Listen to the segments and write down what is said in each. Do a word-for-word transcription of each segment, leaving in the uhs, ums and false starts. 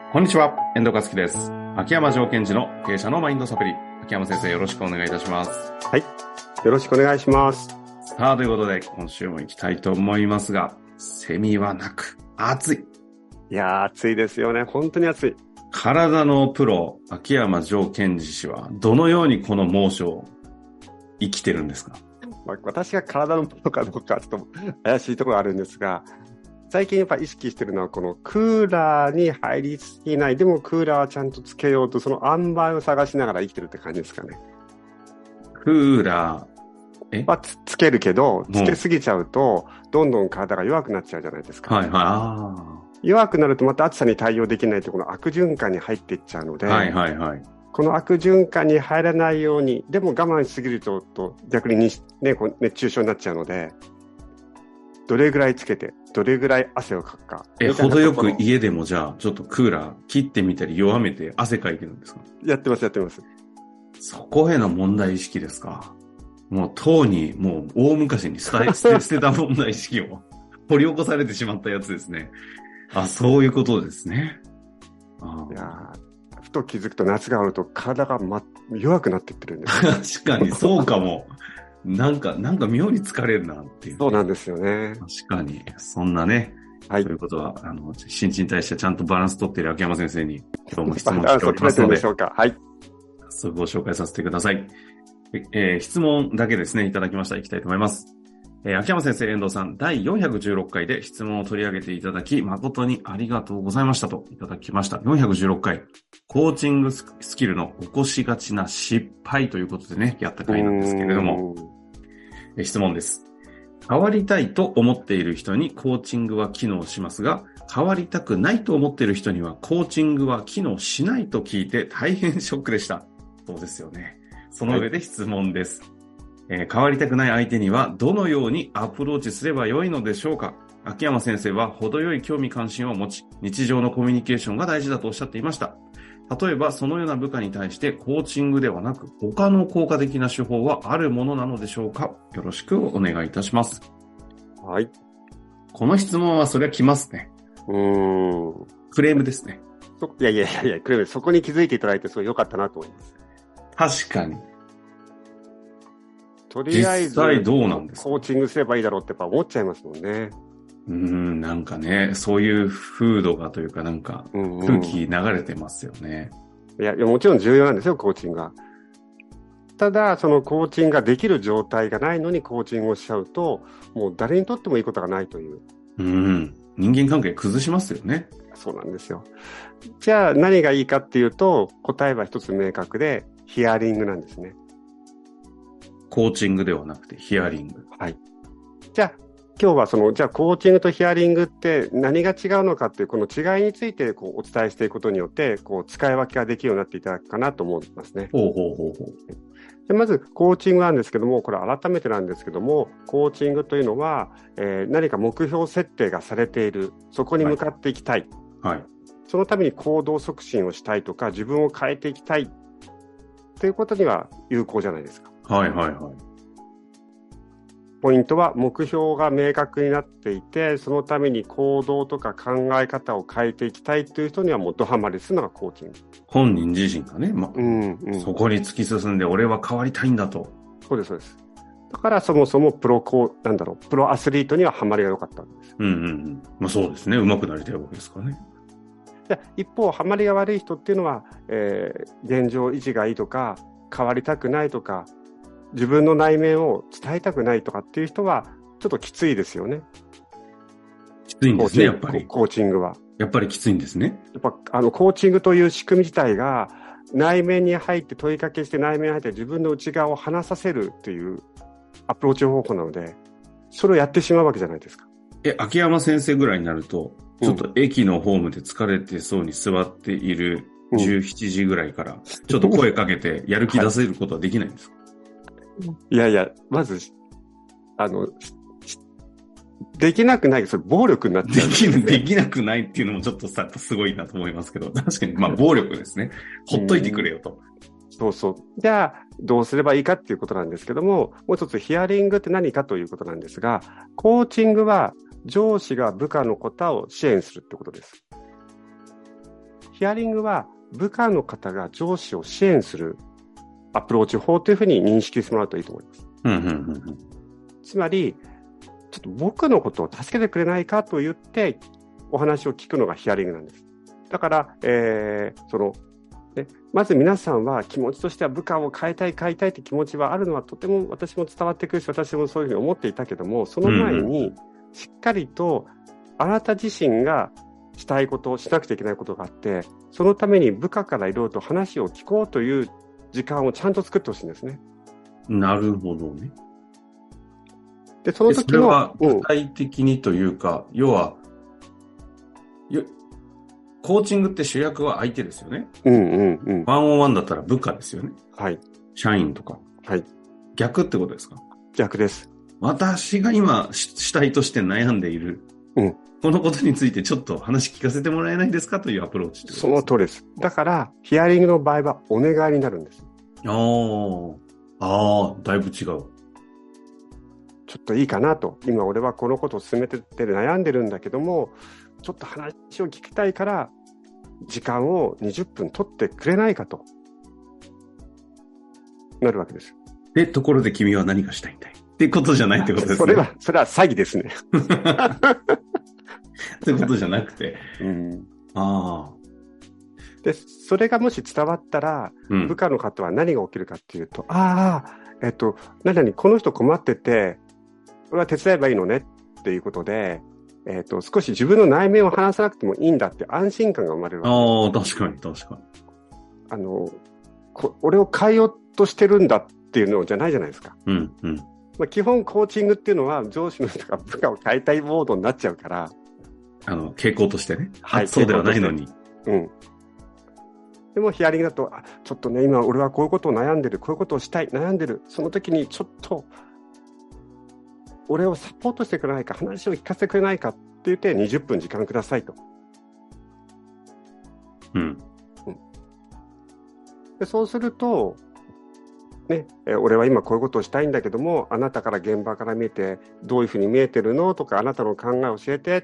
こんにちは、遠藤和樹です。秋山条件時の経営者のマインドサプリ。秋山先生、よろしくお願いいたします。 はい、よろしくお願いします。 さあ、ということで、今週も行きたいと思いますが、セミはなく、暑い。 いやー、暑いですよね。本当に暑い。 体のプロ、秋山条件時氏は、どのようにこの猛暑を生きてるんですか？ まあ、私が体のプロかどうかちょっと怪しいところがあるんですが、最近やっぱ意識してるのはこのクーラーに入りすぎない、でもクーラーはちゃんとつけようと、その塩梅を探しながら生きてるって感じですかね。 クーラー、えまあ、つ, つけるけど、つけすぎちゃうと、どんどん体が弱くなっちゃうじゃないですか。 はいはい。あ弱くなるとまた暑さに対応できないと、この悪循環に入っていっちゃうので、 はいはいはい。 この悪循環に入らないように、でも我慢しすぎると逆に、ね、熱中症になっちゃうので、どれぐらいつけて、どれぐらい汗をかくか。 え、程よく家でもじゃあ、ちょっとクーラー切ってみたり弱めて汗かいてるんですか？ やってます、やってます。 そこへの問題意識ですか。もう、とうに、もう、大昔に捨て、捨て、捨てた問題意識を掘り起こされてしまったやつですね。あ、そういうことですね。あいやふと気づくと夏があると体が、ま、弱くなっていってるんです確かに、そうかも。なんか、なんか妙に疲れるなっていう、ね。 そうなんですよね。 確かに。そんなね。はい。ということは、あの、新陳代謝ちゃんとバランス取っている秋山先生に、今日も質問しておりますので。 バランス取れてるんでしょうか。はい。 早速ご紹介させてください。えー、質問だけですね、いただきました。いきたいと思います。えー、秋山先生、遠藤さん、だいよんひゃくじゅうろっかいで質問を取り上げていただき、誠にありがとうございましたといただきました。よんひゃくじゅうろっかい、コーチングスキルの起こしがちな失敗ということでね、やった回なんですけれども、えー、質問です。変わりたいと思っている人にコーチングは機能しますが、変わりたくないと思っている人にはコーチングは機能しないと聞いて大変ショックでした。そうですよね。その上で質問です。はいえー、変わりたくない相手にはどのようにアプローチすればよいのでしょうか？秋山先生は程よい興味関心を持ち、日常のコミュニケーションが大事だとおっしゃっていました。例えばそのような部下に対してコーチングではなく他の効果的な手法はあるものなのでしょうか？よろしくお願いいたします。 はい。 この質問はそれは来ますね。 うーん。 クレームですね。 そいやいやいやいや、クレームです。そこに気づいていただいてすごい良かったなと思います。 確かに。 とりあえず、 実際どうなんですか？ コーチングすればいいだろうってやっぱ思っちゃいますもんね。 うーん、なんかね、そういう風土がというかなんか空気流れてますよね。 うんうん、いや、いやもちろん重要なんですよ、コーチングが。ただ、そのコーチングができる状態がないのにコーチングをしちゃうと、もう誰にとってもいいことがないという。 うん。人間関係崩しますよね。 そうなんですよ。じゃあ何がいいかっていうと、答えは一つ明確で、ヒアリングなんですね。 コーチングではなくてヒアリング。 はい。じゃあ、今日はその、じゃあコーチングとヒアリングって何が違うのかっていう、この違いについてこうお伝えしていくことによって、こう使い分けができるようになっていただくかなと思いますね。 ほうほうほうほう。 でまず、コーチングなんですけども、これ改めてなんですけども、コーチングというのは、えー、何か目標設定がされている、そこに向かっていきたい。 はい。はい、 そのために行動促進をしたいとか、自分を変えていきたいということには有効じゃないですか。 はいはいはい。 ポイントは目標が明確になっていて、そのために行動とか考え方を変えていきたいという人にはもうドハマりするのがコーチング。 本人自身がね、まうんうん、 そこに突き進んで俺は変わりたいんだと。 そうですそうです。だからそもそもプロコなんだろうプロアスリートにはハマりが良かったんです。 うんうんうん。まあそうですね。上手くなりたいわけですからね。 で一方ハマりが悪い人っていうのは、えー、現状維持がいいとか変わりたくないとか自分の内面を伝えたくないとかっていう人はちょっときついですよね。 きついんですね、やっぱり。 コーチングは。 やっぱりきついんですね。 やっぱあのコーチングという仕組み自体が内面に入って問いかけして内面に入って自分の内側を話させるっていうアプローチ方法なので、それをやってしまうわけじゃないですか。 え、秋山先生ぐらいになると、ちょっと駅のホームで疲れてそうに座っているじゅうしちじぐらいから、ちょっと声かけてやる気出せることはできないんですか？ はい、いやいや、まず、あの、できなくない、それ暴力になってる、ね。 できる、できなくないっていうのもちょっとさ、すごいなと思いますけど、確かに、まあ暴力ですね。ほっといてくれよと。 そうそう。じゃあ、どうすればいいかっていうことなんですけども、もう一つヒアリングって何かということなんですが、コーチングは上司が部下の方を支援するってことです。 ヒアリングは部下の方が上司を支援するアプローチ法というふうに認識してもらうといいと思います。 うんうんうんうん、つまり、ちょっと僕のことを助けてくれないかと言ってお話を聞くのがヒアリングなんです。だから、えー、その、ね、まず皆さんは気持ちとしては部下を変えたい変えたいって気持ちはあるのはとても私も伝わってくるし、私もそういうふうに思っていたけども、その前にしっかりとあなた自身がしたいこと、しなくちゃいけないことがあって、そのために部下からいろいろと話を聞こうという時間をちゃんと作ってほしいんですね。 なるほどね。 で、その時の。それは具体的にというか、うん、要は、コーチングって主役は相手ですよね。 うんうんうん。 ワンオンワンだったら部下ですよね。 はい。 社員とか。 はい。 逆ってことですか？ 逆です。 私が今主体として悩んでいる。 うん。このことについてちょっと話聞かせてもらえないですかというアプローチです。 その通りです。だから、ヒアリングの場合はお願いになるんです。 ああ、ああ、だいぶ違う。ちょっといいかなと。今俺はこのことを進めてって悩んでるんだけども、ちょっと話を聞きたいから、時間をにじゅっぷん取ってくれないかと。なるわけです。 で、ところで君は何がしたいんだいってことじゃないってことですね。 それは、それは詐欺ですね。 ってことじゃなくて。 うん。 ああ。 で、それがもし伝わったら、うん、部下の方は何が起きるかっていうと、ああ、えっと、何々この人困ってて、俺は手伝えばいいのねっていうことで、えっと、少し自分の内面を話さなくてもいいんだって安心感が生まれるわけです。ああ、確かに確かに。 あの、こ俺を変えようとしてるんだっていうのじゃないじゃないですか。 うんうん。 まあ、基本コーチングっていうのは上司の人が部下を変えたいモードになっちゃうから。 あの、傾向としてね。 はい。 そうではないのに。 うん。でもヒアリングだと、あ、ちょっとね、今俺はこういうことを悩んでる、こういうことをしたい、悩んでる。その時にちょっと、俺をサポートしてくれないか、話を聞かせてくれないかって言ってにじゅっぷん時間くださいと。 うん。うん、 でそうすると、ね、え俺は今こういうことをしたいんだけども、あなたから現場から見てどういうふうに見えてるのとか、あなたの考えを教えてって。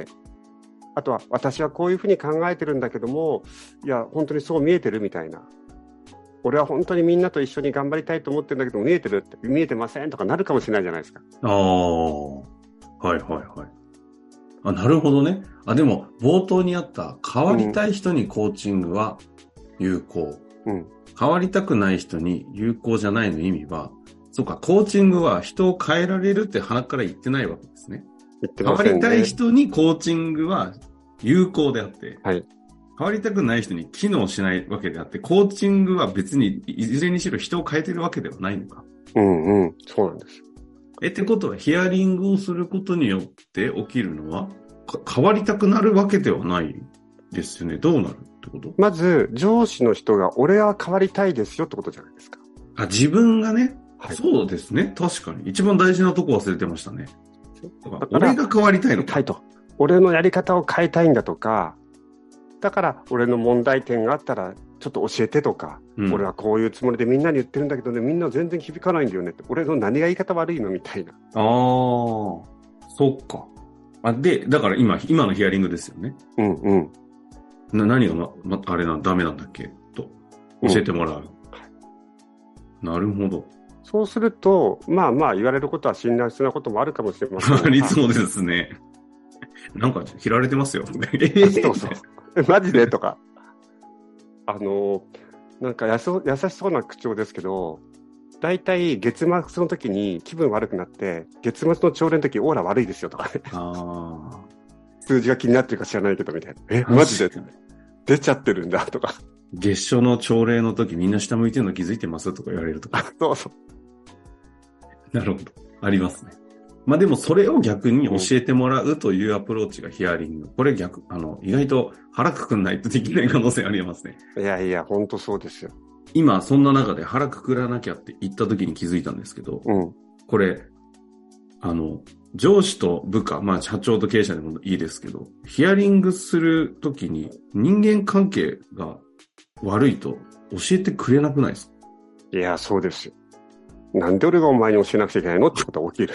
あとは私はこういうふうに考えてるんだけども、いや本当にそう見えてるみたいな。俺は本当にみんなと一緒に頑張りたいと思ってるんだけど見えてるって見えてませんとかなるかもしれないじゃないですか。 ああ、はいはいはい。あ、なるほどね。あ、でも冒頭にあった変わりたい人にコーチングは有効。 うん。 変わりたくない人に有効じゃないの意味は、そうか、コーチングは人を変えられるって鼻から言ってないわけですね。 言ってませんね。 変わりたい人にコーチングは有効であって、 はい。 変わりたくない人に機能しないわけであって、コーチングは別にいずれにしろ人を変えてるわけではないのか。 うんうん、そうなんです。 え、ってことはヒアリングをすることによって起きるのは、変わりたくなるわけではないですよね。どうなるってこと？ まず、上司の人が俺は変わりたいですよってことじゃないですか。 あ、自分がね。 はい、 そうですね。確かに。一番大事なとこ忘れてましたね。俺が変わりたいのか。 いと。俺のやり方を変えたいんだとか、だから俺の問題点があったらちょっと教えてとか、うん、俺はこういうつもりでみんなに言ってるんだけどね、みんな全然響かないんだよねって、俺の何が言い方悪いのみたいな。ああ、 そっか。あ、で、だから今、今のヒアリングですよね。 うんうん。 な、何が、ま、ま、あれな、ダメなんだっけと、教えてもらう、うん。なるほど。 そうすると、まあまあ言われることは辛辣なこともあるかもしれませんが。 ありそうですね。なんか、切られてますよ。 そうそう。マジでとか。あの、なんかやそ優しそうな口調ですけど、だいたい月末の時に気分悪くなって、月末の朝礼の時オーラ悪いですよとかね。 あ数字が気になってるか知らないけどみたいな。え、マジで出ちゃってるんだとか。 月初の朝礼の時みんな下向いてるの気づいてますとか言われるとか。 そうそう。 なるほど。ありますね。まあでもそれを逆に教えてもらうというアプローチがヒアリング。これ逆、あの、意外と腹くくんないとできない可能性ありますね。 いやいや、ほんとそうですよ。 今、そんな中で腹くくらなきゃって言った時に気づいたんですけど、 うん、 これ、あの、上司と部下、まあ社長と経営者でもいいですけど、ヒアリングする時に人間関係が悪いと教えてくれなくないですか？ いや、そうですよ。なんで俺がお前に教えなくちゃいけないのってことが起きる。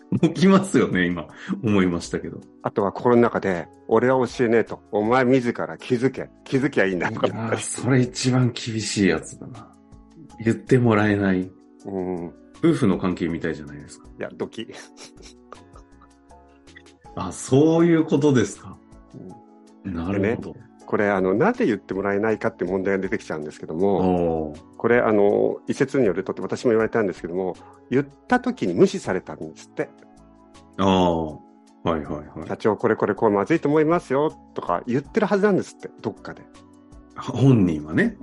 起きますよね、今。思いましたけど。 あとは心の中で、俺は教えねえと。お前自ら気づけ。気づきゃいいんだとか。 いやー、それ一番厳しいやつだな。言ってもらえない。 うん。 夫婦の関係みたいじゃないですか。 いや、ドキ。 あ、そういうことですか。うん、なるほど。 これ、あの、なぜ言ってもらえないかって問題が出てきちゃうんですけども、これ、あの、一説によるとって私も言われたんですけども、言った時に無視されたんですって。 ああ、はいはいはい。 社長、これこれこうまずいと思いますよとか言ってるはずなんですって、どっかで。 本人はね。 うん。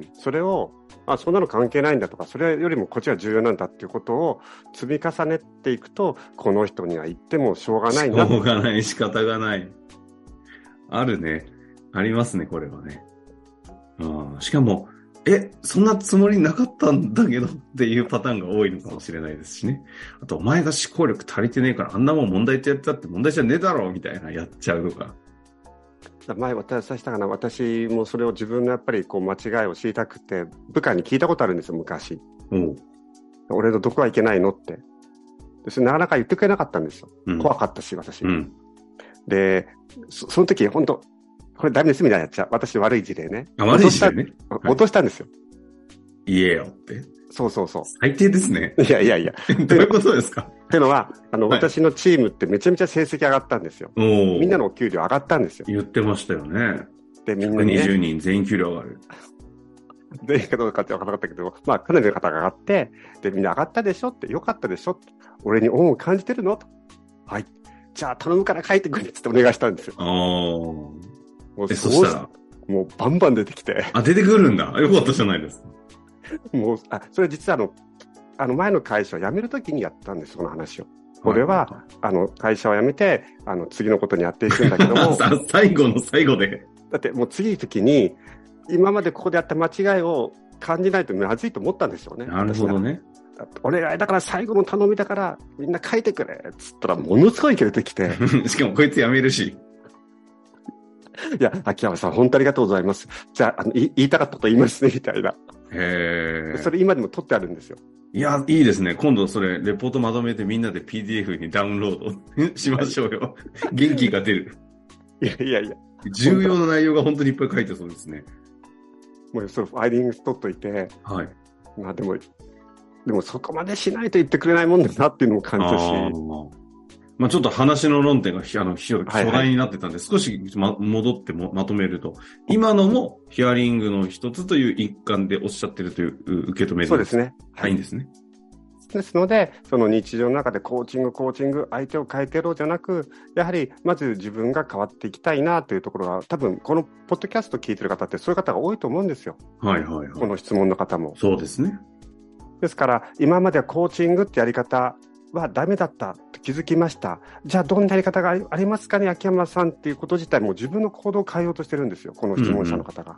それを、あ、そんなの関係ないんだとか、それよりもこっちは重要なんだっていうことを積み重ねていくと、この人には言ってもしょうがないな。 しょうがない、仕方がない。あるね。ありますね、これはね。うん、しかも、え、そんなつもりなかったんだけどっていうパターンが多いのかもしれないですしね。あと、お前が思考力足りてねえから、あんなもん問題ってやってたって問題じゃねえだろみたいなやっちゃうとか。 前渡したかな、私もそれを自分のやっぱりこう間違いを知りたくて、部下に聞いたことあるんですよ、昔。 おう。 俺のどこはいけないのって。でそれなかなか言ってくれなかったんですよ。うん、怖かったし、私。うん、でそ、その時、本当これダメですみたいなやっちゃう。私悪い事例ね。 あ、悪い事例ね。 落としたんですよ。 言えよって。 そうそうそう。 最低ですね。 いやいやいや。 どういうことですか？ ってのは、あの、はい、私のチームってめちゃめちゃ成績上がったんですよ。みんなのお給料上がったんですよ。 言ってましたよね。 で、みんなに、ね。 ひゃくにじゅうにん全員給料上がる。 全員かどうかって分からなかったけど、まあ、かなりの方が上がって、で、みんな上がったでしょって、よかったでしょって、俺に恩を感じてるのと。はい。じゃあ頼むから書いてくれってお願いしたんですよ。 ああ。 もうえ、そしたらもうバンバン出てきて。 あ、出てくるんだ。よかったじゃないですか。 もう、あ、それ実はあの、あの前の会社を辞めるときにやったんです、この話を。俺は、はい、あの、会社を辞めて、あの、次のことにやっていくんだけども。 最後の最後で。 だってもう次の時に、今までここでやった間違いを感じないとまずいと思ったんですよね。 なるほどね。 お願いだから最後の頼みだからみんな書いてくれっつったらものすごい切れてきて。 しかもこいつ辞めるし。 いや、秋山さん、本当ありがとうございます。じゃあ、あの言いたかったと言いますね、みたいな。 へー。 それ今でも取ってあるんですよ。 いや、いいですね。今度それ、レポートまとめてみんなで ピーディーエフ にダウンロードしましょうよ。元気が出る。 いやいやいや。 重要な内容が本当にいっぱい書いてそうですね。 もうそれファイリング取っといて。 はい。 まあでも、でもそこまでしないと言ってくれないもんだなっていうのも感じたし。 まあちょっと話の論点があの巨大になってたんで、はいはい、少し、ま、戻ってもまとめると、今のもヒアリングの一つという一環でおっしゃってるという受け止めで。 そうですね。 はい、いいんですね。 ですので、その日常の中でコーチング、コーチング、相手を変えてやろうじゃなく、やはりまず自分が変わっていきたいなというところが、多分このポッドキャスト聞いてる方ってそういう方が多いと思うんですよ。 はいはいはい。 この質問の方も。 そうですね。 ですから、今まではコーチングってやり方はダメだったと気づきました。じゃあどんなやり方がありますかね、秋山さんっていうこと自体も自分の行動を変えようとしてるんですよ、この質問者の方が。うん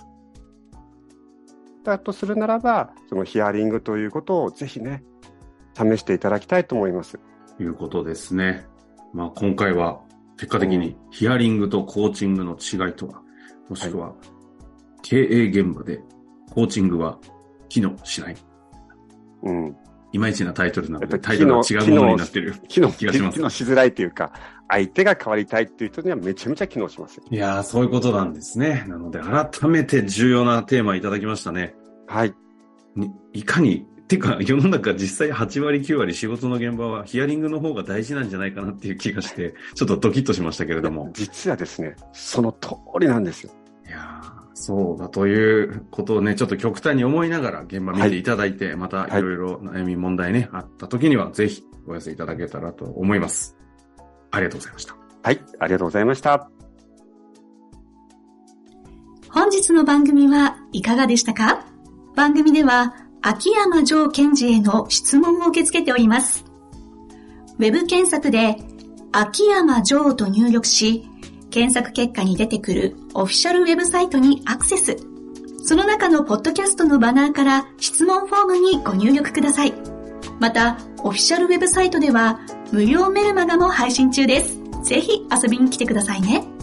うん、だとするならば、そのヒアリングということをぜひね、試していただきたいと思います。 ということですね。まあ今回は結果的にヒアリングとコーチングの違いとは、もしくは経営現場でコーチングは機能しない。うん。いまいちなタイトルなので、タイトルが違うものになってる気がします。 機能しづらいというか、相手が変わりたいっていう人にはめちゃめちゃ機能します。 いやー、そういうことなんですね。なので、改めて重要なテーマいただきましたね。 はい。 にいかに、てか、世の中実際はちわりきゅうわり仕事の現場はヒアリングの方が大事なんじゃないかなっていう気がして、ちょっとドキッとしましたけれども。 実はですね、その通りなんですよ。 いやー。そうだということをね、ちょっと極端に思いながら現場見ていただいて、はい、またいろいろ悩み問題ね、はい、あった時にはぜひお寄せいただけたらと思います。ありがとうございました。 はい、ありがとうございました。 本日の番組はいかがでしたか？番組では秋山城賢治への質問を受け付けております。ウェブ検索で秋山城と入力し、検索結果に出てくるオフィシャルウェブサイトにアクセス。その中のポッドキャストのバナーから質問フォームにご入力ください。また、オフィシャルウェブサイトでは無料メルマガも配信中です。ぜひ遊びに来てくださいね。